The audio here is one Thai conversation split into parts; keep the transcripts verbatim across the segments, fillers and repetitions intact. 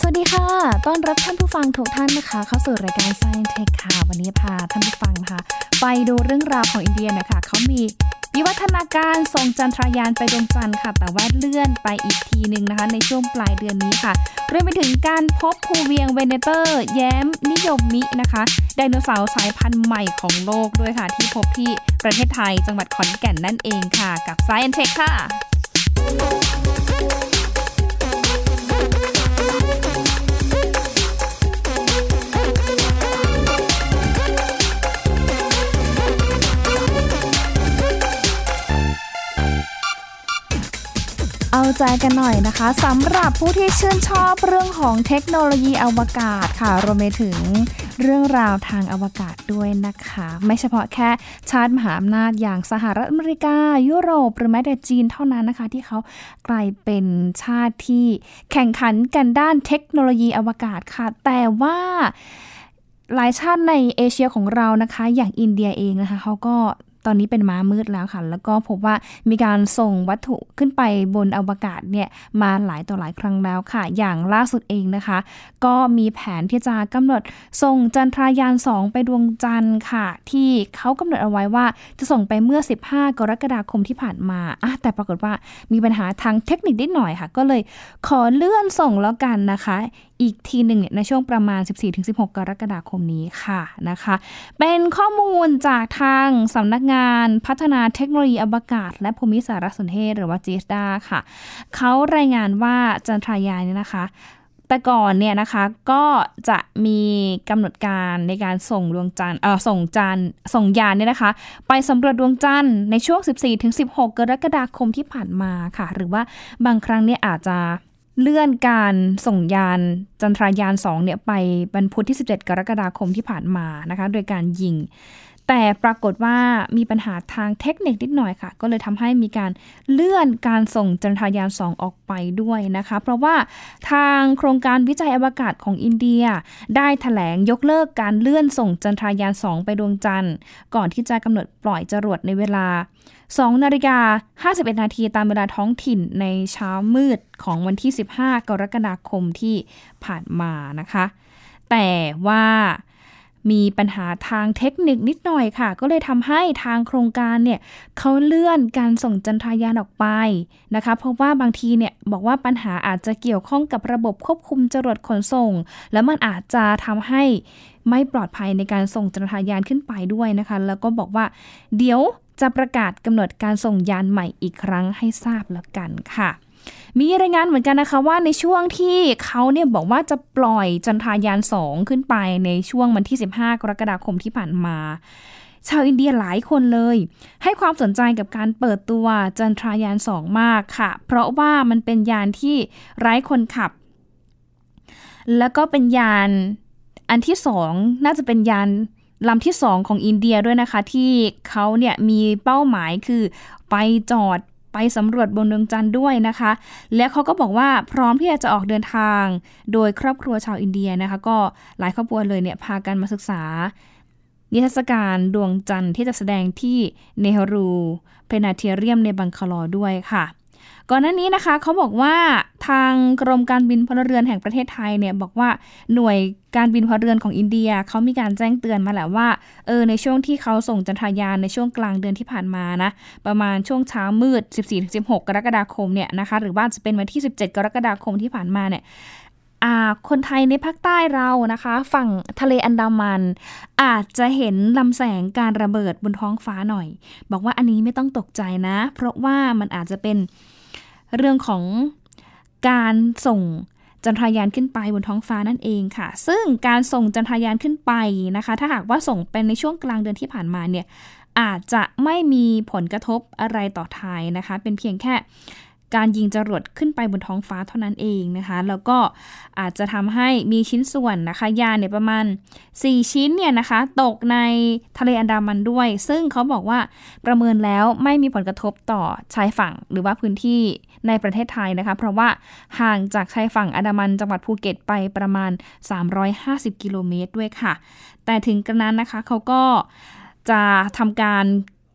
สวัสดีค่ะต้อนรับท่านผู้ฟังทุกท่านนะคะเข้าสู่รายการ Science Tech ค่ะวันนี้พาท่านผู้ฟังนะคะไปดูเรื่องราวของอินเดียนะคะเขามีวิวัฒนาการส่งจันทรายานไปดวงจันทร์ค่ะแต่ว่าเลื่อนไปอีกทีนึงนะคะในช่วงปลายเดือนนี้ค่ะรวมไปถึงการพบภูเวียงเวเนเตอร์แย้มนิยมมินะคะไดโนเสาร์สายพันธุ์ใหม่ของโลกด้วยค่ะที่พบที่ประเทศไทยจังหวัดขอนแก่นนั่นเองค่ะกับ Science Tech ค่ะเอาใจกันหน่อยนะคะสำหรับผู้ที่ชื่นชอบเรื่องของเทคโนโลยีอวกาศค่ะรวมไปถึงเรื่องราวทางอวกาศด้วยนะคะไม่เฉพาะแค่ชาติมหาอำนาจอย่างสหรัฐอเมริกายุโรปหรือแม้แต่จีนเท่านั้นนะคะที่เขากลายเป็นชาติที่แข่งขันกันด้านเทคโนโลยีอวกาศค่ะแต่ว่าหลายชาติในเอเชียของเรานะคะอย่างอินเดียเองนะคะเขาก็ตอนนี้เป็นม้ามืดแล้วค่ะแล้วก็พบว่ามีการส่งวัตถุขึ้นไปบนอวกาศเนี่ยมาหลายต่อหลายครั้งแล้วค่ะอย่างล่าสุดเองนะคะก็มีแผนที่จะกำหนดส่งจันทรายานสองไปดวงจันทร์ค่ะที่เขากำหนดเอาไว้ว่าจะส่งไปเมื่อสิบห้ากรกฎาคมที่ผ่านมาอ่ะแต่ปรากฏว่ามีปัญหาทางเทคนิคนิดหน่อยค่ะก็เลยขอเลื่อนส่งแล้วกันนะคะอีกทีหนึ่งเนี่ยในช่วงประมาณ สิบสี่ถึงสิบหก กรกฎาคมนี้ค่ะนะคะเป็นข้อมูลจากทางสำนักงานพัฒนาเทคโนโลยีอวกาศและภูมิสารสนเทศหรือว่า จี เอส ดี เอ ค่ะเขารายงานว่าจันทรายานเนี่ยนะคะแต่ก่อนเนี่ยนะคะก็จะมีกำหนดการในการส่งดวงจันทร์เอ่อส่งจันทร์ส่งยานเนี่ยนะคะไปสำรวจดวงจันทร์ในช่วง สิบสี่ถึงสิบหก กรกฎาคมที่ผ่านมาค่ะหรือว่าบางครั้งเนี่ยอาจจะเลื่อนการส่งยานจันทรายานสองเนี่ยไปวันพุธที่สิบเจ็ดกรกฎาคมที่ผ่านมานะคะโดยการยิงแต่ปรากฏว่ามีปัญหาทางเทคนิคนิดหน่อยค่ะก็เลยทำให้มีการเลื่อนการส่งจันทรายานสองออกไปด้วยนะคะเพราะว่าทางโครงการวิจัยอวกาศของอินเดียได้แถลงยกเลิกการเลื่อนส่งจันทรายานสองไปดวงจันทร์ก่อนที่จะกำหนดปล่อยจรวดในเวลาสองนาฬิกาห้าสิบเอ็ดนาทีตามเวลาท้องถิ่นในเช้ามืดของวันที่สิบห้ากรกฎาคมที่ผ่านมานะคะแต่ว่ามีปัญหาทางเทคนิคนิดหน่อยค่ะก็เลยทำให้ทางโครงการเนี่ยเขาเลื่อนการส่งจันทรายานออกไปนะคะเพราะว่าบางทีเนี่ยบอกว่าปัญหาอาจจะเกี่ยวข้องกับระบบควบคุมจรวดขนส่งแล้วมันอาจจะทำให้ไม่ปลอดภัยในการส่งจันทรายานขึ้นไปด้วยนะคะแล้วก็บอกว่าเดี๋ยวจะประกาศกำหนดการส่งยานใหม่อีกครั้งให้ทราบแล้วกันค่ะมีรายงานเหมือนกันนะคะว่าในช่วงที่เขาเนี่ยบอกว่าจะปล่อยจันทรายานสองขึ้นไปในช่วงวันที่สิบห้ากรกฎาคมที่ผ่านมาชาวอินเดียหลายคนเลยให้ความสนใจกับการเปิดตัวจันทรายานสองมากค่ะเพราะว่ามันเป็นยานที่ไร้คนขับแล้วก็เป็นยานอันที่สองน่าจะเป็นยานลำที่สองของอินเดียด้วยนะคะที่เขาเนี่ยมีเป้าหมายคือไปจอดไปสำรวจบนดวงจันทร์ด้วยนะคะและเขาก็บอกว่าพร้อมที่จะออกเดินทางโดยครอบครัวชาวอินเดียนะคะก็หลายครอบครัวเลยเนี่ยพากันมาศึกษานิทรรศการดวงจันทร์ที่จะแสดงที่เนฮรูเพลนาเทียเรียมในบังคลอด้วยค่ะก่อนหน้านี้นะคะเขาบอกว่าทางกรมการบินพลเรือนแห่งประเทศไทยเนี่ยบอกว่าหน่วยการบินพลเรือนของอินเดียเขามีการแจ้งเตือนมาแล้วว่าเออในช่วงที่เขาส่งจันทรายานในช่วงกลางเดือนที่ผ่านมานะประมาณช่วงเช้ามืด สิบสี่ถึงสิบหก กรกฎาคมเนี่ยนะคะหรือว่าจะเป็นวันที่สิบเจ็ดกรกฎาคมที่ผ่านมาเนี่ยอ่าคนไทยในภาคใต้เรานะคะฝั่งทะเลอันดามันอาจจะเห็นลำแสงการระเบิดบนท้องฟ้าหน่อยบอกว่าอันนี้ไม่ต้องตกใจนะเพราะว่ามันอาจจะเป็นเรื่องของการส่งจันทรายานขึ้นไปบนท้องฟ้านั่นเองค่ะซึ่งการส่งจันทรายานขึ้นไปนะคะถ้าหากว่าส่งเป็นในช่วงกลางเดือนที่ผ่านมาเนี่ยอาจจะไม่มีผลกระทบอะไรต่อไทยนะคะเป็นเพียงแค่การยิงจรวดขึ้นไปบนท้องฟ้าเท่านั้นเองนะคะแล้วก็อาจจะทำให้มีชิ้นส่วนนะคะยานเนี่ยประมาณสี่ชิ้นเนี่ยนะคะตกในทะเลอันดามันด้วยซึ่งเขาบอกว่าประเมินแล้วไม่มีผลกระทบต่อชายฝั่งหรือว่าพื้นที่ในประเทศไทยนะคะเพราะว่าห่างจากชายฝั่งอันดามันจังหวัดภูเก็ตไปประมาณสามร้อยห้าสิบกิโลเมตรด้วยค่ะแต่ถึงกระนั้นนะคะเขาก็จะทำการ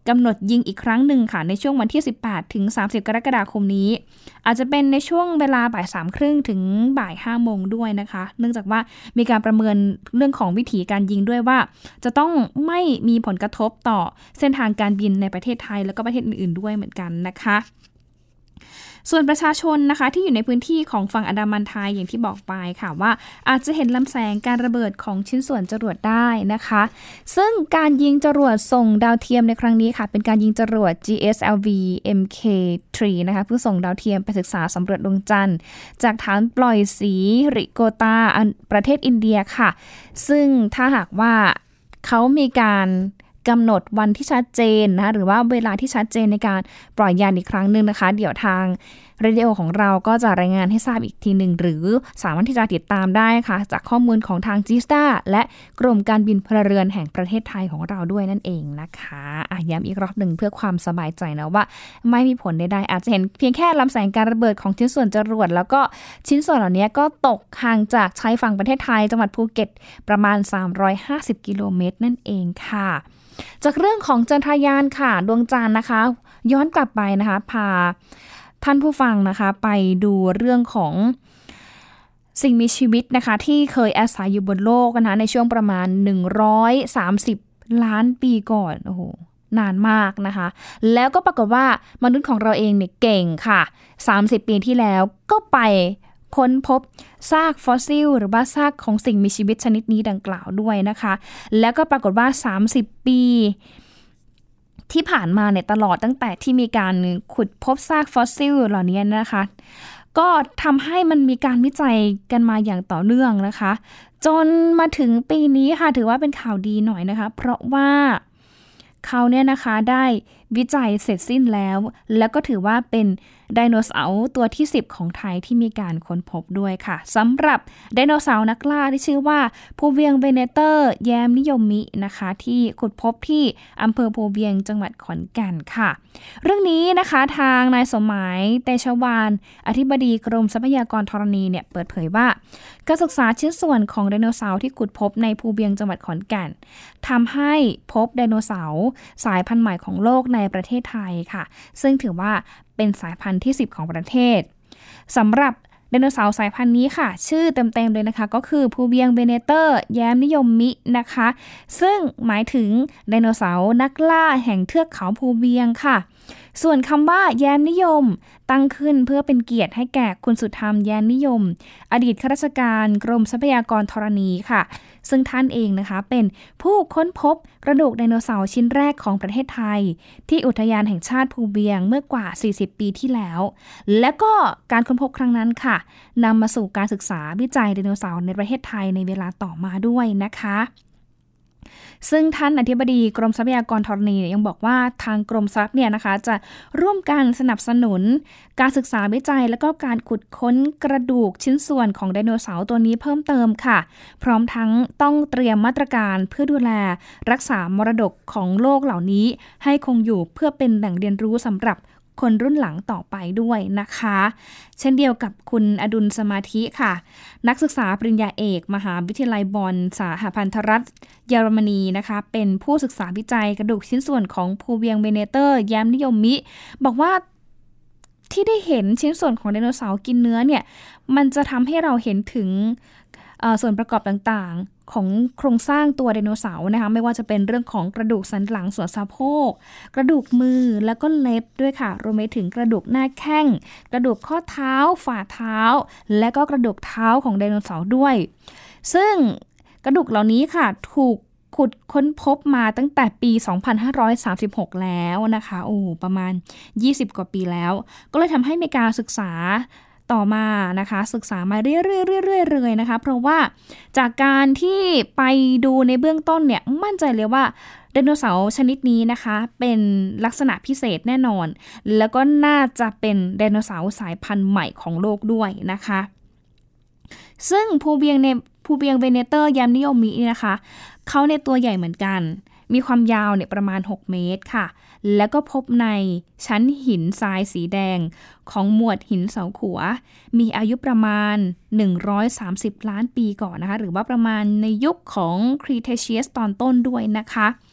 กำหนดยิงอีกครั้งหนึ่งค่ะในช่วงวันที่สิบแปดถึงสามสิบกรกฎาคมนี้อาจจะเป็นในช่วงเวลาบ่ายสามครึ่งถึงบ่ายห้าโมงด้วยนะคะเนื่องจากว่ามีการประเมินเรื่องของวิธีการยิงด้วยว่าจะต้องไม่มีผลกระทบต่อเส้นทางการบินในประเทศไทยแล้วก็ประเทศอื่นๆด้วยเหมือนกันนะคะส่วนประชาชนนะคะที่อยู่ในพื้นที่ของฝั่งอันดามันไทยอย่างที่บอกไปค่ะว่าอาจจะเห็นลำแสงการระเบิดของชิ้นส่วนจรวดได้นะคะซึ่งการยิงจรวดส่งดาวเทียมในครั้งนี้ค่ะเป็นการยิงจรวด จี เอส แอล วี เอ็ม เค ทรี นะคะเพื่อส่งดาวเทียมไปศึกษาสำรวจดวงจันทร์จากฐานปล่อยสีริโกตาประเทศอินเดียค่ะซึ่งถ้าหากว่าเขามีการกำหนดวันที่ชัดเจนนะหรือว่าเวลาที่ชัดเจนในการปล่อยยานอีกครั้งหนึ่งนะคะเดี๋ยวทางเรดิโอของเราก็จะรายงานให้ทราบอีกทีหนึ่งหรือสามารถที่จะติดตามได้ค่ะจากข้อมูลของทางจิสตาและกรมการบินพลเรือนแห่งประเทศไทยของเราด้วยนั่นเองนะคะอ่ะย้ำอีกรอบหนึ่งเพื่อความสบายใจนะว่าไม่มีผลใดๆอาจจะเห็นเพียงแค่ลำแสงการระเบิดของชิ้นส่วนจรวดแล้วก็ชิ้นส่วนเหล่านี้ก็ตกห่างจากชายฝั่งประเทศไทยจังหวัดภูเก็ตประมาณสามร้อยห้าสิบกิโลเมตรนั่นเองค่ะจากเรื่องของจันทรายานค่ะดวงจันทร์นะคะย้อนกลับไปนะคะพาท่านผู้ฟังนะคะไปดูเรื่องของสิ่งมีชีวิตนะคะที่เคยอาศัยอยู่บนโลกนะคะในช่วงประมาณหนึ่งร้อยสามสิบล้านปีก่อนโอ้โหนานมากนะคะแล้วก็ปรากฏว่ามนุษย์ของเราเองเนี่ยเก่งค่ะสามสิบปีที่แล้วก็ไปค้นพบซากฟอสซิลหรือว่าซากของสิ่งมีชีวิตชนิดนี้ดังกล่าวด้วยนะคะแล้วก็ปรากฏว่าสามสิบปีที่ผ่านมาเนี่ยตลอดตั้งแต่ที่มีการขุดพบซากฟอสซิลเหล่านี้นะคะก็ทำให้มันมีการวิจัยกันมาอย่างต่อเนื่องนะคะจนมาถึงปีนี้ค่ะถือว่าเป็นข่าวดีหน่อยนะคะเพราะว่าเขาเนี่ยนะคะได้วิจัยเสร็จสิ้นแล้วแล้วก็ถือว่าเป็นไดโนเสาร์ตัวที่สิบของไทยที่มีการค้นพบด้วยค่ะสำหรับไดโนเสาร์นักล่าที่ชื่อว่าภูเวียงเวเนเตอร์แยมนิยมมินะคะที่ขุดพบที่อำเภอภูเวียงจังหวัดขอนแก่นค่ะเรื่องนี้นะคะทางนายสมหมายเตชวาลอธิบดีกรมทรัพยากรธรณีเนี่ยเปิดเผยว่าการศึกษาชิ้นส่วนของไดโนเสาร์ที่ขุดพบในภูเวียงจังหวัดขอนแก่นทำให้พบไดโนเสาร์สายพันธุ์ใหม่ของโลกในประเทศไทยค่ะซึ่งถือว่าเป็นสายพันธุ์ที่สิบของประเทศสำหรับไดโนเสาร์สายพันธุ์นี้ค่ะชื่อเต็มๆเลยนะคะก็คือภูเวียงเวเนเตอร์แยมนิยมมินะคะซึ่งหมายถึงไดโนเสาร์นักล่าแห่งเทือกเขาภูเวียงค่ะส่วนคำว่าแยมนิยมตั้งขึ้นเพื่อเป็นเกียรติให้แก่คุณสุธรรมแยมนิยมอดีตข้าราชการกรมทรัพยากรธรณีค่ะซึ่งท่านเองนะคะเป็นผู้ค้นพบกระดูกไดโนเสาร์ชิ้นแรกของประเทศไทยที่อุทยานแห่งชาติภูเวียงเมื่อกว่าสี่สิบปีที่แล้วและก็การค้นพบครั้งนั้นค่ะนำมาสู่การศึกษาวิจัยไดโนเสาร์ในประเทศไทยในเวลาต่อมาด้วยนะคะซึ่งท่านอธิบดีกรมทรัพยากรธรณียังบอกว่าทางกรมทรัพย์เนี่ยนะคะจะร่วมกันสนับสนุนการศึกษาวิจัยและก็การขุดค้นกระดูกชิ้นส่วนของไดโนเสาร์ตัวนี้เพิ่มเติมค่ะพร้อมทั้งต้องเตรียมมาตรการเพื่อดูแลรักษามรดกของโลกเหล่านี้ให้คงอยู่เพื่อเป็นแหล่งเรียนรู้สำหรับคนรุ่นหลังต่อไปด้วยนะคะเช่นเดียวกับคุณอดุลสมาธิค่ะนักศึกษาปริญญาเอกมหาวิทยาลัยบอนสหพันธรัฐเยอรมนีนะคะเป็นผู้ศึกษาวิจัยกระดูกชิ้นส่วนของภูเวียงเวเนเตอร์แยมนิยมมิบอกว่าที่ได้เห็นชิ้นส่วนของไดโนเสาร์กินเนื้อเนี่ยมันจะทำให้เราเห็นถึงส่วนประกอบต่างๆของโครงสร้างตัวไดโนเสาร์นะคะไม่ว่าจะเป็นเรื่องของกระดูกสันหลังส่วนสะโพกกระดูกมือแล้วก็เล็บด้วยค่ะรวมไปถึงกระดูกหน้าแข้งกระดูกข้อเท้าฝ่าเท้าและก็กระดูกเท้าของไดโนเสาร์ด้วยซึ่งกระดูกเหล่านี้ค่ะถูกขุดค้นพบมาตั้งแต่ปีสองพันห้าร้อยสามสิบหกแล้วนะคะโอ้ประมาณยี่สิบกว่าปีแล้วก็เลยทำให้มีการศึกษาต่อมานะคะศึกษามาเรื่อยๆๆๆเลยนะคะเพราะว่าจากการที่ไปดูในเบื้องต้นเนี่ยมั่นใจเลยว่าไดโนเสาร์ชนิดนี้นะคะเป็นลักษณะพิเศษแน่นอนแล้วก็น่าจะเป็นไดโนเสาร์สายพันธุ์ใหม่ของโลกด้วยนะคะซึ่งภูเวียงในภูเวียงเวเนเตอร์แยมนิยมมินะคะเขาในตัวใหญ่เหมือนกันมีความยาวเนี่ยประมาณหกเมตรค่ะแล้วก็พบในชั้นหินทรายสีแดงของหมวดหินเสาขัวมีอายุประมาณหนึ่งร้อยสามสิบล้านปีก่อนนะคะหรือว่าประมาณในยุคของครีเทเชียสตอนต้นด้วยนะคะ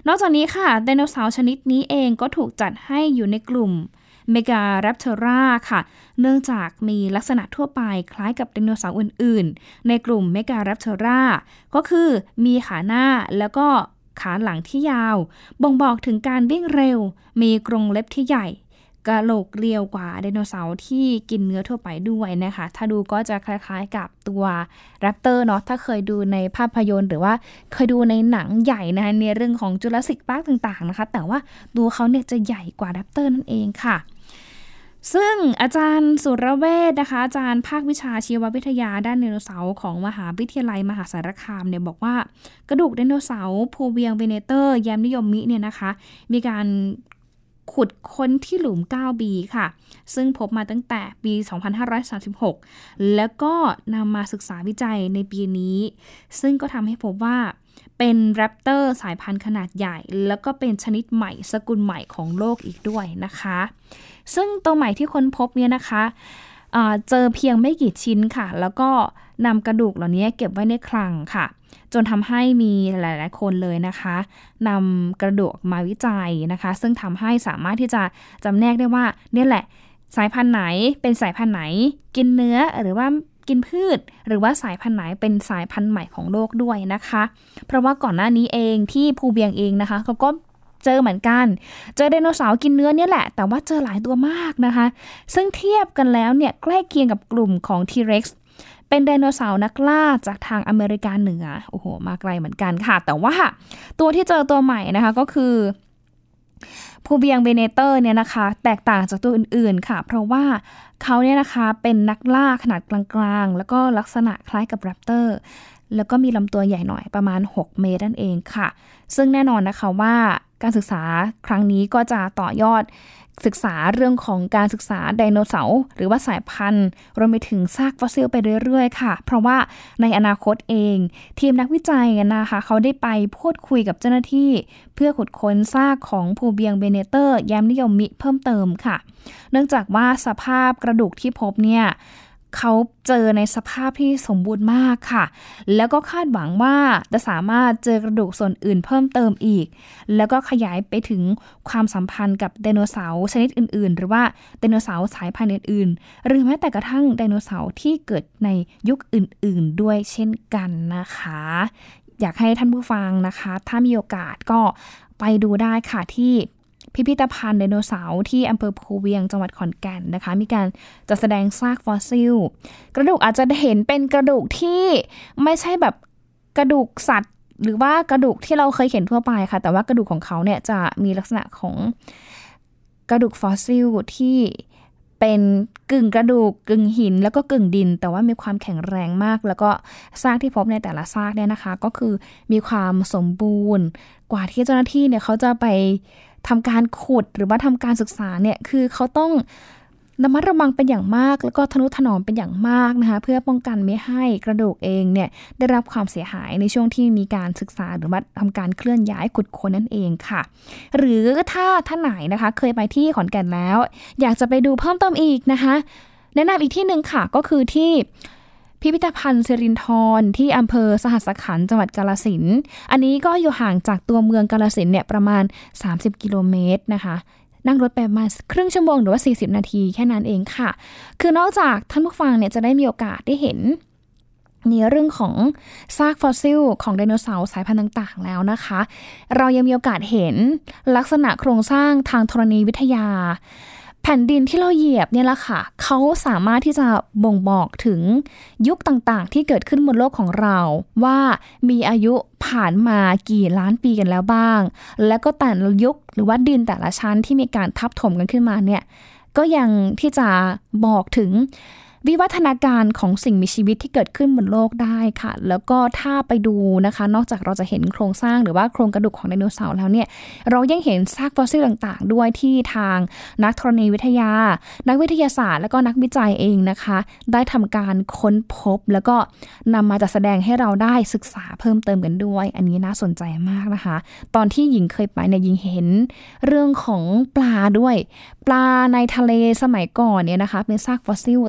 นอกจากนี้ค่ะไดโนเสาร์ชนิดนี้เองก็ถูกจัดให้อยู่ในกลุ่มเมกาแรปเทอราค่ะเนื่องจากมีลักษณะทั่วไปคล้ายกับไดโนเสาร์อื่นๆในกลุ่มเมกาแรปเทอราก็คือมีขาหน้าแล้วก็ขาหลังที่ยาวบ่งบอกถึงการวิ่งเร็วมีกรงเล็บที่ใหญ่กะโหลกเรียวกว่าไดโนเสาร์ที่กินเนื้อทั่วไปด้วยนะคะถ้าดูก็จะคล้ายๆกับตัวแรปเตอร์เนาะถ้าเคยดูในภาพยนตร์หรือว่าเคยดูในหนังใหญ่นะคะในเรื่องของจูราสสิคพาร์คต่างๆนะคะแต่ว่าตัวเขาเนี่ยจะใหญ่กว่าแรปเตอร์นั่นเองค่ะซึ่งอาจารย์สุรเวชนะคะอาจารย์ภาควิชาชีววิทยาด้านไดโนเสาร์ของมหาวิทยาลัยมหาสารคามเนี่ยบอกว่ากระดูกไดโนเสาร์โพเวียงเวเนเตอร์แยมนิยมมิเนี่ยนะคะมีการขุดค้นที่หลุม ไนน์ บี ค่ะซึ่งพบมาตั้งแต่ปี สองพันห้าร้อยสามสิบหก แล้วก็นำมาศึกษาวิจัยในปีนี้ซึ่งก็ทำให้พบว่าเป็นแรปเตอร์สายพันธุ์ขนาดใหญ่แล้วก็เป็นชนิดใหม่สกุลใหม่ของโลกอีกด้วยนะคะซึ่งตัวใหม่ที่ค้นพบเนี่ยนะคะเอ่อเจอเพียงไม่กี่ชิ้นค่ะแล้วก็นำกระดูกเหล่านี้เก็บไว้ในคลังค่ะจนทำให้มีหลายๆคนเลยนะคะนำกระดูกมาวิจัยนะคะซึ่งทำให้สามารถที่จะจำแนกได้ว่าเนี่ยแหละสายพันธุ์ไหนเป็นสายพันธุ์ไหนกินเนื้อหรือว่ากินพืชหรือว่าสายพันธุ์ไหนเป็นสายพันธุ์ใหม่ของโลกด้วยนะคะเพราะว่าก่อนหน้านี้เองที่ภูเบียงเองนะคะเขาก็เจอเหมือนกันเจอไดโนเสาร์กินเนื้อเนี่ยแหละแต่ว่าเจอหลายตัวมากนะคะซึ่งเทียบกันแล้วเนี่ยใกล้เคียงกับกลุ่มของ T-Rex เป็นไดโนเสาร์นักล่าจากทางอเมริกาเหนือโอ้โหมาไกลเหมือนกันค่ะแต่ว่าตัวที่เจอตัวใหม่นะคะก็คือภูเบียงเวเนเตอร์เนี่ยนะคะแตกต่างจากตัวอื่นๆค่ะเพราะว่าเขาเนี่ยนะคะเป็นนักล่าขนาดกลางๆแล้วก็ลักษณะคล้ายกับแรปเตอร์แล้วก็มีลำตัวใหญ่หน่อยประมาณหกเมตรนั่นเองค่ะซึ่งแน่นอนนะคะว่าการศึกษาครั้งนี้ก็จะต่อยอดศึกษาเรื่องของการศึกษาไดโนเสาร์หรือว่าสายพันธุ์รวมไปถึงซากฟอสซิลไปเรื่อยๆค่ะเพราะว่าในอนาคตเองทีมนักวิจัยนะคะเขาได้ไปพูดคุยกับเจ้าหน้าที่เพื่อขุดค้นซากของภูเบียงเวเนเตอร์แยมนิยมมิเพิ่มเติมค่ะเนื่องจากว่าสภาพกระดูกที่พบเนี่ยเขาเจอในสภาพที่สมบูรณ์มากค่ะแล้วก็คาดหวังว่าจะสามารถเจอกระดูกส่วนอื่นเพิ่มเติมอีกแล้วก็ขยายไปถึงความสัมพันธ์กับไดโนเสาร์ชนิดอื่นๆหรือว่าไดโนเสาร์สายพันธุ์อื่นๆหรือแม้แต่กระทั่งไดโนเสาร์ที่เกิดในยุคอื่นๆด้วยเช่นกันนะคะอยากให้ท่านผู้ฟังนะคะถ้ามีโอกาสก็ไปดูได้ค่ะที่พิพิธภัณฑ์ไดโนเสาร์ที่อำเภอภูเวียงจังหวัดขอนแก่นนะคะมีการจัดแสดงซากฟอสซิลกระดูกอาจจะเห็นเป็นกระดูกที่ไม่ใช่แบบกระดูกสัตว์หรือว่ากระดูกที่เราเคยเห็นทั่วไปค่ะแต่ว่ากระดูกของเขาเนี่ยจะมีลักษณะของกระดูกฟอสซิลที่เป็นกึ่งกระดูกกึ่งหินแล้วก็กึ่งดินแต่ว่ามีความแข็งแรงมากแล้วก็ซากที่พบในแต่ละซากเนี่ยนะคะก็คือมีความสมบูรณ์กว่าที่เจ้าหน้าที่เนี่ยเขาจะไปทำการขุดหรือว่าทำการศึกษาเนี่ยคือเขาต้องระมัดระวังเป็นอย่างมากแล้วก็ทนุถนอมเป็นอย่างมากนะคะเพื่อป้องกันไม่ให้กระดูกเองเนี่ยได้รับความเสียหายในช่วงที่มีการศึกษาหรือว่าทำการเคลื่อนย้ายขุดค้นนั่นเองค่ะหรือถ้าท่านไหนนะคะเคยไปที่ขอนแก่นแล้วอยากจะไปดูเพิ่มเติมอีกนะคะแนะนำอีกที่นึงค่ะก็คือที่พิพิธภัณฑ์สิรินธรที่อำเภอสหัสขันธ์จังหวัดกาฬสินธุ์อันนี้ก็อยู่ห่างจากตัวเมืองกาฬสินธุ์เนี่ยประมาณสามสิบกิโลเมตรนะคะนั่งรถไปประมาณครึ่งชั่วโมงหรือว่าสี่สิบนาทีแค่นั้นเองค่ะคือนอกจากท่านผู้ฟังเนี่ยจะได้มีโอกาสได้เห็นในเรื่องของซากฟอสซิลของไดโนเสาร์สายพันธุ์ต่างๆแล้วนะคะเรายังมีโอกาสเห็นลักษณะโครงสร้างทางธรณีวิทยาแผ่นดินที่เราเหยียบเนี่ยแหละค่ะเขาสามารถที่จะบ่งบอกถึงยุคต่างๆที่เกิดขึ้นบนโลกของเราว่ามีอายุผ่านมากี่ล้านปีกันแล้วบ้างแล้วก็แต่ละยุคหรือว่าดินแต่ละชั้นที่มีการทับถมกันขึ้นมาเนี่ยก็ยังที่จะบอกถึงวิวัฒนาการของสิ่งมีชีวิตที่เกิดขึ้นบนโลกได้ค่ะแล้วก็ถ้าไปดูนะคะนอกจากเราจะเห็นโครงสร้างหรือว่าโครงกระดูกของไดโนเสาร์แล้วเนี่ยเรายังเห็นซากฟอสซิลต่างๆด้วยที่ทางนักธรณีวิทยานักวิทยาศาสตร์และก็นักวิจัยเองนะคะได้ทำการค้นพบแล้วก็นำมาจัดแสดงให้เราได้ศึกษาเพิ่มเติมกันด้วยอันนี้น่าสนใจมากนะคะตอนที่หญิงเคยไปเนี่ยหญิงเห็นเรื่องของปลาด้วยปลาในทะเลสมัยก่อนเนี่ยนะคะเป็นซากฟอสซิลแต่ว่า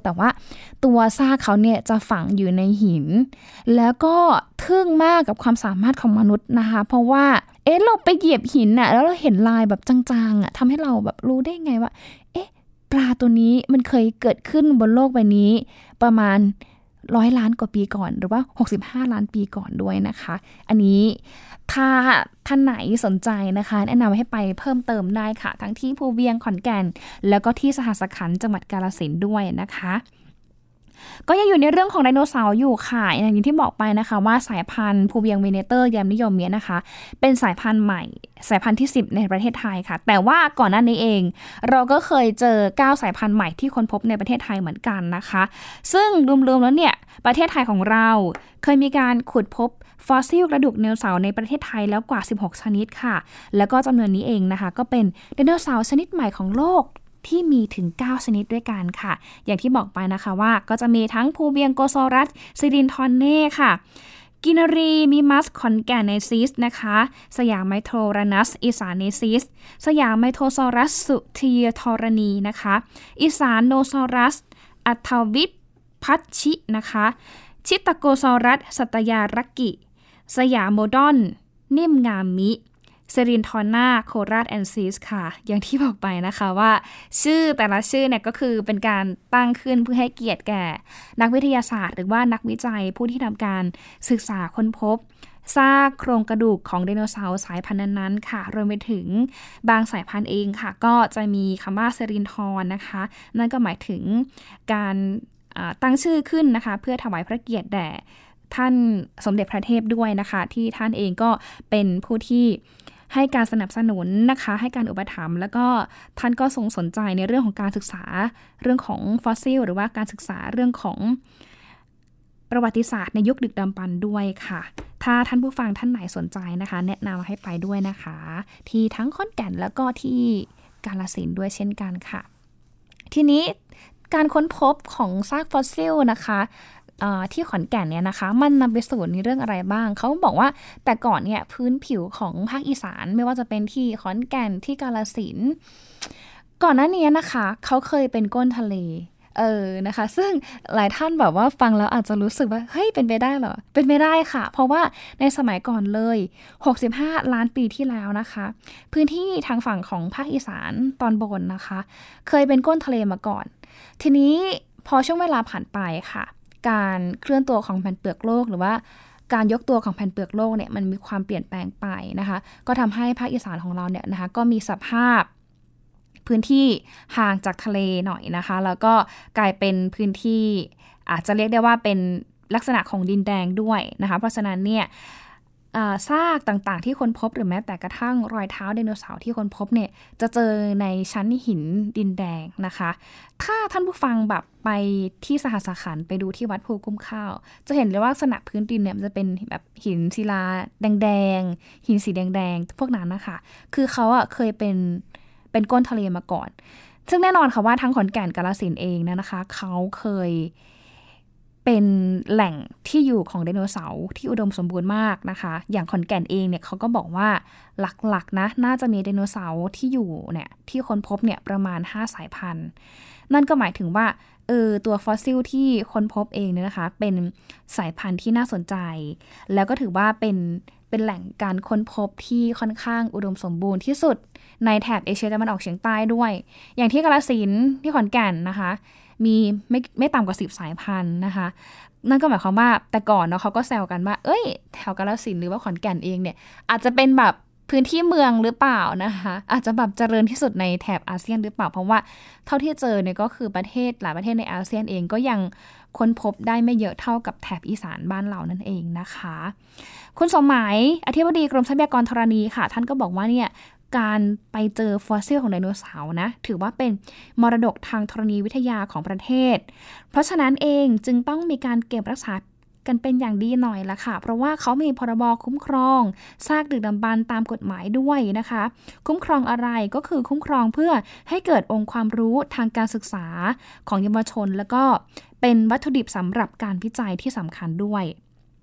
ตัวซากเขาเนี่ยจะฝังอยู่ในหินแล้วก็ทึ่งมากกับความสามารถของมนุษย์นะคะเพราะว่าเอ๊ะเราไปเหยียบหินน่ะแล้วเราเห็นลายแบบจางๆอ่ะทำให้เราแบบรู้ได้ไงว่าเอ๊ะปลาตัวนี้มันเคยเกิดขึ้นบนโลกใบนี้ประมาณร้อยล้านกว่าปีก่อนหรือว่าหกสิบห้าล้านปีก่อนด้วยนะคะอันนี้ถ้าท่านไหนสนใจนะคะแนะนำให้ไปเพิ่มเติมได้ค่ะทั้งที่ภูเวียงขอนแก่นแล้วก็ที่สหสขันธ์จังหวัดกาฬสินธุ์ด้วยนะคะก็ยังอยู่ในเรื่องของไดโนเสาร์อยู่ค่ะอย่างที่บอกไปนะคะว่าสายพันธุ์ภูเวียงเวเนเตอร์ยามนิยมเนี่ยนะคะเป็นสายพันธุ์ใหม่สายพันธุ์ที่สิบในประเทศไทยค่ะแต่ว่าก่อนหน้านี้เองเราก็เคยเจอเก้าสายพันธุ์ใหม่ที่ค้นพบในประเทศไทยเหมือนกันนะคะซึ่งรวมๆแล้วเนี่ยประเทศไทยของเราเคยมีการขุดพบฟอสซิลกระดูกไดโนเสาร์ในประเทศไทยแล้วกว่าสิบหกชนิดค่ะแล้วก็จำนวนนี้เองนะคะก็เป็นไดโนเสาร์ชนิดใหม่ของโลกที่มีถึงเก้าชนิดด้วยกันค่ะอย่างที่บอกไปนะคะว่าก็จะมีทั้งภูเวียงโกโซรัสซิรินทอนเน่ค่ะกินรีมิมัสคอนแกนเนซิสนะคะสยามไมโทรานัสอีสานเนซิสสยามไมโทซอรัสสุทีทรณีนะคะอีสานโนซอรัสอัทวิปพัชชินะคะชิตาโกซอรัสสัตยารักกิสยามโมดอนนิ่มงามมิเซรินทอนาโคราชแอนซิสค่ะอย่างที่บอกไปนะคะว่าชื่อแต่ละชื่อเนี่ยก็คือเป็นการตั้งขึ้นเพื่อให้เกียรติแก่นักวิทยาศาสตร์หรือว่านักวิจัยผู้ที่ทำการศึกษาค้นพบซากโครงกระดูกของไดโนเสาร์สายพันธุ์นั้นๆค่ะรวมไปถึงบางสายพันธุ์เองค่ะก็จะมีคำว่าเซรินทอนนะคะนั่นก็หมายถึงการตั้งชื่อขึ้นนะคะเพื่อถวายพระเกียรติแด่ท่านสมเด็จพระเทพด้วยนะคะที่ท่านเองก็เป็นผู้ที่ให้การสนับสนุนนะคะให้การอุปถัมภ์แล้วก็ท่านก็ทรงสนใจในเรื่องของการศึกษาเรื่องของฟอสซิลหรือว่าการศึกษาเรื่องของประวัติศาสตร์ในยุคดึกดำบรรพ์ด้วยค่ะถ้าท่านผู้ฟังท่านไหนสนใจนะคะแนะนำให้ไปด้วยนะคะที่ทั้งขอนแก่นแล้วก็ที่กาฬสินธุ์ด้วยเช่นกันค่ะทีนี้การค้นพบของซากฟอสซิลนะคะที่ขอนแก่นเนี่ยนะคะมันนำไปสู่ในเรื่องอะไรบ้างเขาบอกว่าแต่ก่อนเนี่ยพื้นผิวของภาคอีสานไม่ว่าจะเป็นที่ขอนแก่นที่กาฬสินธุ์ก่อนหน้านี้นะคะเขาเคยเป็นก้นทะเลเออนะคะซึ่งหลายท่านแบบว่าฟังแล้วอาจจะรู้สึกว่าเฮ้ยเป็นไปได้เหรอเป็นไปได้ค่ะเพราะว่าในสมัยก่อนเลยหกสิบห้าล้านปีที่แล้วนะคะพื้นที่ทางฝั่งของภาคอีสานตอนบนนะคะเคยเป็นก้นทะเลมาก่อนทีนี้พอช่วงเวลาผ่านไปค่ะการเคลื่อนตัวของแผ่นเปลือกโลกหรือว่าการยกตัวของแผ่นเปลือกโลกเนี่ยมันมีความเปลี่ยนแปลงไปนะคะก็ทำให้ภาคอีสานของเราเนี่ยนะคะก็มีสภาพพื้นที่ห่างจากทะเลหน่อยนะคะแล้วก็กลายเป็นพื้นที่อาจจะเรียกได้ว่าเป็นลักษณะของดินแดงด้วยนะคะเพราะฉะนั้นเนี่ยซากต่างๆที่ค้นพบหรือแม้แต่กระทั่งรอยเท้าไดโนเสาร์ที่ค้นพบเนี่ยจะเจอในชั้นหินดินแดงนะคะถ้าท่านผู้ฟังแบบไปที่สหสขันธ์ไปดูที่วัดภูกุ้มข้าวจะเห็นเลยว่าลักษณะพื้นดินเนี่ยมันจะเป็นแบบหินศิลาแดงๆหินสีแดงๆพวกนั้นนะคะคือเขาอะเคยเป็นเป็นก้นทะเลมาก่อนซึ่งแน่นอนค่ะว่าทั้งขอนแก่นกาฬสินธุ์เองนะคะเขาเคยเป็นแหล่งที่อยู่ของไดโนเสาร์ที่อุดมสมบูรณ์มากนะคะอย่างขอนแก่นเองเนี่ยเขาก็บอกว่าหลักๆนะน่าจะมีไดโนเสาร์ที่อยู่เนี่ยที่ค้นพบเนี่ยประมาณห้าสายพันธุ์นั่นก็หมายถึงว่าเออตัวฟอสซิลที่ค้นพบเองเนี่ยนะคะเป็นสายพันธุ์ที่น่าสนใจแล้วก็ถือว่าเป็นเป็นแหล่งการค้นพบที่ค่อนข้างอุดมสมบูรณ์ที่สุดในแถบเอเชียตะวันออกเฉียงใต้ด้วยอย่างที่กาฬสินธุ์ที่ขอนแก่นนะคะมีไม่ไม่ต่ำกว่าสิบสายพันธุ์นะคะนั่นก็หมายความว่าแต่ก่อนเนาะเขาก็แซวกันว่าเอ้ยแถวกาฬสินธุ์หรือว่าขอนแก่นเองเนี่ยอาจจะเป็นแบบพื้นที่เมืองหรือเปล่านะคะอาจจะแบบเจริญที่สุดในแถบอาเซียนหรือเปล่าเพราะว่าเท่าที่เจอเนี่ยก็คือประเทศหลายประเทศในอาเซียนเองก็ยังค้นพบได้ไม่เยอะเท่ากับแถบอีสานบ้านเรานั่นเองนะคะคุณสมหมายอธิบดีกรมทรัพยากรธรณีค่ะท่านก็บอกว่าเนี่ยการไปเจอฟอสซิลของไดโนเสาร์นะถือว่าเป็นมรดกทางธรณีวิทยาของประเทศเพราะฉะนั้นเองจึงต้องมีการเก็บรักษากันเป็นอย่างดีหน่อยละค่ะเพราะว่าเขามีพรบคุ้มครองซากดึกดำบรรพ์ตามกฎหมายด้วยนะคะคุ้มครองอะไรก็คือคุ้มครองเพื่อให้เกิดองค์ความรู้ทางการศึกษาของเยาวชนแล้วก็เป็นวัตถุดิบสำหรับการวิจัยที่สำคัญด้วย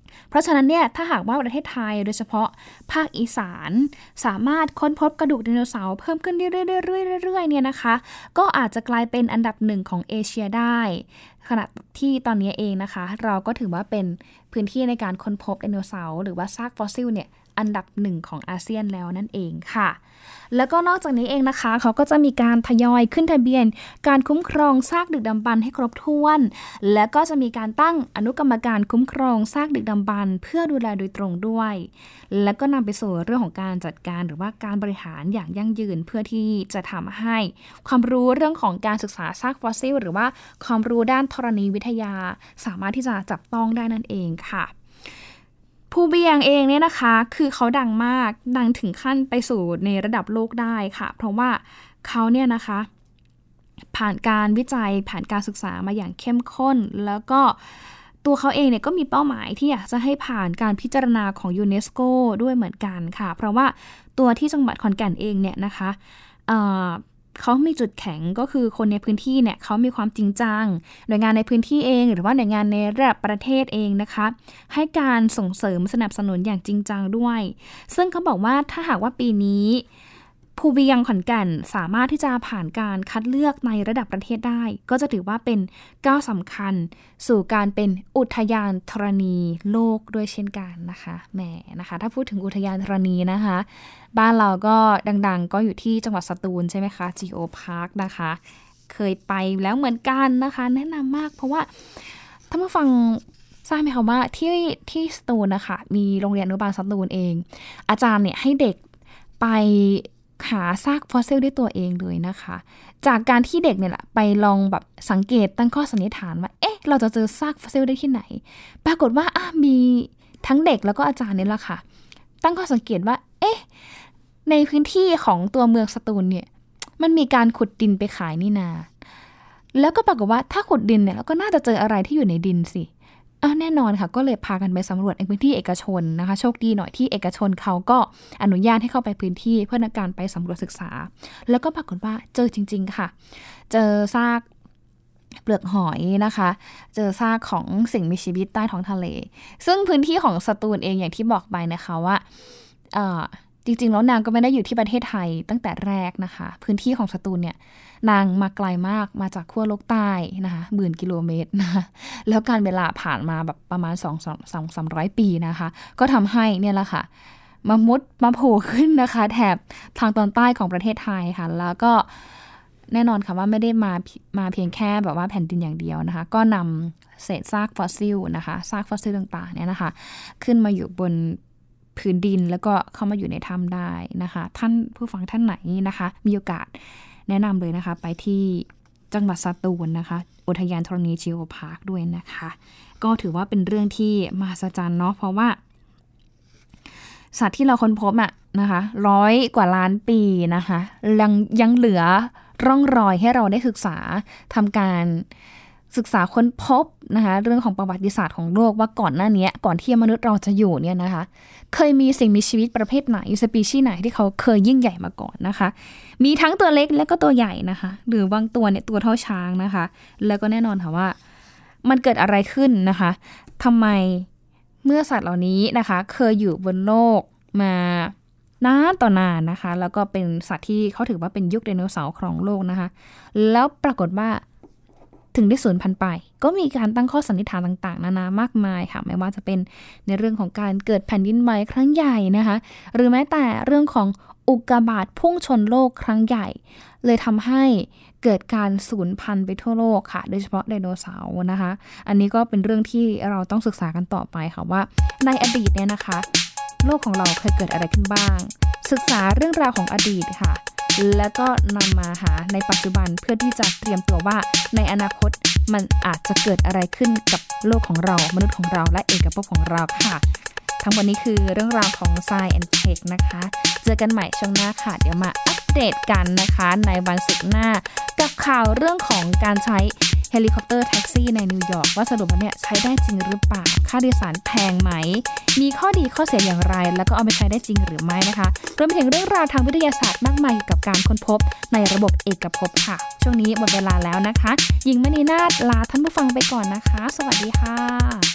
เพราะฉะนั้นเนี่ยถ้าหากว่าประเทศไทยโดยเฉพาะภาคอีสานสามารถค้นพบกระดูกไดโนเสาร์เพิ่มขึ้นเรื่อยๆๆๆเนี่ยนะคะก็อาจจะกลายเป็นอันดับหนึ่งของเอเชียได้ขณะที่ตอนนี้เองนะคะเราก็ถือว่าเป็นพื้นที่ในการค้นพบไดโนเสาร์หรือว่าซากฟอสซิลเนี่ยอันดับหนึ่งของอาเซียนแล้วนั่นเองค่ะแล้วก็นอกจากนี้เองนะคะเขาก็จะมีการทยอยขึ้นทะเบียนการคุ้มครองซากดึกดำบรรพ์ให้ครบถ้วนและก็จะมีการตั้งอนุกรรมการคุ้มครองซากดึกดำบรรพ์เพื่อดูแลโดยตรงด้วยและก็นำไปสู่เรื่องของการจัดการหรือว่าการบริหารอย่างยั่งยืนเพื่อที่จะทำให้ความรู้เรื่องของการศึกษาซากฟอสซิลหรือว่าความรู้ด้านธรณีวิทยาสามารถที่จะจับต้องได้นั่นเองค่ะภูเบียงเองเนี่ยนะคะคือเขาดังมากดังถึงขั้นไปสู่ในระดับโลกได้ค่ะเพราะว่าเขาเนี่ยนะคะผ่านการวิจัยผ่านการศึกษามาอย่างเข้มข้นแล้วก็ตัวเขาเองเนี่ยก็มีเป้าหมายที่อยากจะให้ผ่านการพิจารณาของยูเนสโกด้วยเหมือนกันค่ะเพราะว่าตัวที่จังหวัดขอนแก่นเองเนี่ยนะคะเอ่อเขามีจุดแข็งก็คือคนในพื้นที่เนี่ยเขามีความจริงจังหน่วยงานในพื้นที่เองหรือว่าหน่วยงานในระดับประเทศเองนะคะให้การส่งเสริมสนับสนุนอย่างจริงจังด้วยซึ่งเขาบอกว่าถ้าหากว่าปีนี้ภูเวียงขอนแก่นสามารถที่จะผ่านการคัดเลือกในระดับประเทศได้ก็จะถือว่าเป็นก้าวสำคัญสู่การเป็นอุทยานธรณีโลกด้วยเช่นกันนะคะแหมนะคะถ้าพูดถึงอุทยานธรณีนะคะบ้านเราก็ดังๆก็อยู่ที่จังหวัดสตูลใช่ไหมคะ Geo Park นะคะเคยไปแล้วเหมือนกันนะคะแนะนำมากเพราะว่าถ้ามาฟังทราบไหมคะว่าที่ที่สตูลนะคะมีโรงเรียนอนุบาลสตูลเองอาจารย์เนี่ยให้เด็กไปหาซากฟอสซิลด้วยตัวเองเลยนะคะจากการที่เด็กเนี่ยแหละไปลองแบบสังเกตตั้งข้อสันนิษฐานว่าเอ๊ะเราจะเจอซากฟอสซิลได้ที่ไหนปรากฏว่าอ่ะมีทั้งเด็กแล้วก็อาจารย์นี่แหละค่ะตั้งข้อสังเกตว่าเอ๊ะในพื้นที่ของตัวเมืองสตูลเนี่ยมันมีการขุดดินไปขายนี่นาแล้วก็ปรากฏว่าถ้าขุดดินเนี่ยเราก็น่าจะเจออะไรที่อยู่ในดินสิอ้าวแน่นอนค่ะก็เลยพากันไปสำรวจในพื้นที่เอกชนนะคะโชคดีหน่อยที่เอกชนเขาก็อนุญาตให้เข้าไปพื้นที่เพื่อในการไปสำรวจศึกษาแล้วก็ปรากฏว่าเจอจริงๆค่ะเจอซากเปลือกหอยนะคะเจอซากของสิ่งมีชีวิตใต้ท้องทะเลซึ่งพื้นที่ของสตูลเองอย่างที่บอกไปนะคะว่าเอ่อจริงๆแล้วนางก็ไม่ได้อยู่ที่ประเทศไทยตั้งแต่แรกนะคะพื้นที่ของสตูลเนี่ยนางมาไกลมากมาจากขั้วโลกใต้นะคะหมื่นกิโลเมตรนะคะแล้วการเวลาผ่านมาแบบประมาณ สองถึงสองถึงสามร้อย ปีนะคะก็ทำให้เนี่ยแหละค่ะมามุดมาโผล่ขึ้นนะคะแถบทางตอนใต้ของประเทศไทยค่ะแล้วก็แน่นอนค่ะว่าไม่ได้มามาเพียงแค่แบบว่าแผ่นดินอย่างเดียวนะคะก็นำเศษซากฟอสซิลนะคะซากฟอสซิลต่างๆเนี่ยนะคะขึ้นมาอยู่บนพื้นดินแล้วก็เข้ามาอยู่ในถ้ำได้นะคะท่านผู้ฟังท่านไหนนะคะมีโอกาสแนะนำเลยนะคะไปที่จังหวัดสตูลนะคะอุทยานธรณีจิโอพาร์คด้วยนะคะก็ถือว่าเป็นเรื่องที่มหัศจรรย์เนาะเพราะว่าสัตว์ที่เราค้นพบอะนะคะร้อยกว่าล้านปีนะคะยังยังเหลือร่องรอยให้เราได้ศึกษาทำการศึกษาค้นพบนะคะเรื่องของประวัติศาสตร์ของโลกว่าก่อนหน้านี้ก่อนที่มนุษย์เราจะอยู่เนี่ยนะคะเคยมีสิ่งมีชีวิตประเภทไหนสปีชีส์ไหนที่เขาเคยยิ่งใหญ่มาก่อนนะคะมีทั้งตัวเล็กและก็ตัวใหญ่นะคะหรือบางตัวเนี่ยตัวเท่าช้างนะคะแล้วก็แน่นอนค่ะว่ามันเกิดอะไรขึ้นนะคะทำไมเมื่อสัตว์เหล่านี้นะคะเคยอยู่บนโลกมานานต่อนานนะคะแล้วก็เป็นสัตว์ที่เขาถือว่าเป็นยุคไดโนเสาร์ครองโลกนะคะแล้วปรากฏว่าถึงได้สูญพันธุ์ไปก็มีการตั้งข้อสันนิษฐานต่างๆนานามากมายค่ะไม่ว่าจะเป็นในเรื่องของการเกิดแผ่นดินไหวครั้งใหญ่นะคะหรือแม้แต่เรื่องของอุกกาบาตพุ่งชนโลกครั้งใหญ่เลยทำให้เกิดการสูญพันธุ์ไปทั่วโลกค่ะโดยเฉพาะไดโนเสาร์นะคะอันนี้ก็เป็นเรื่องที่เราต้องศึกษากันต่อไปค่ะว่าในอดีตเนี่ยนะคะโลกของเราเคยเกิดอะไรขึ้นบ้างศึกษาเรื่องราวของอดีตค่ะแล้วก็นำมาหาในปัจจุบันเพื่อที่จะเตรียมตัวว่าในอนาคตมันอาจจะเกิดอะไรขึ้นกับโลกของเรามนุษย์ของเราและเอกภพของเราค่ะทั้งหมดนี้คือเรื่องราวของ Science and Tech นะคะเจอกันใหม่ช่วงหน้าค่ะเดี๋ยวมาอัปเดตกันนะคะในวันศุกร์หน้ากับข่าวเรื่องของการใช้เฮลิคอปเตอร์แท็กซี่ในนิวยอร์กว่าสรุปแล้วเนี่ยใช้ได้จริงหรือเปล่าค่าโดยสารแพงไหมมีข้อดีข้อเสียอย่างไรแล้วก็เอาไปใช้ได้จริงหรือไม่นะคะรวมไปถึงเรื่องราวทางวิทยาศาสตร์มากมายเกี่ยวกับการค้นพบในระบบเอกภพค่ะช่วงนี้หมดเวลาแล้วนะคะหญิงมณีนาฏลาท่านผู้ฟังไปก่อนนะคะสวัสดีค่ะ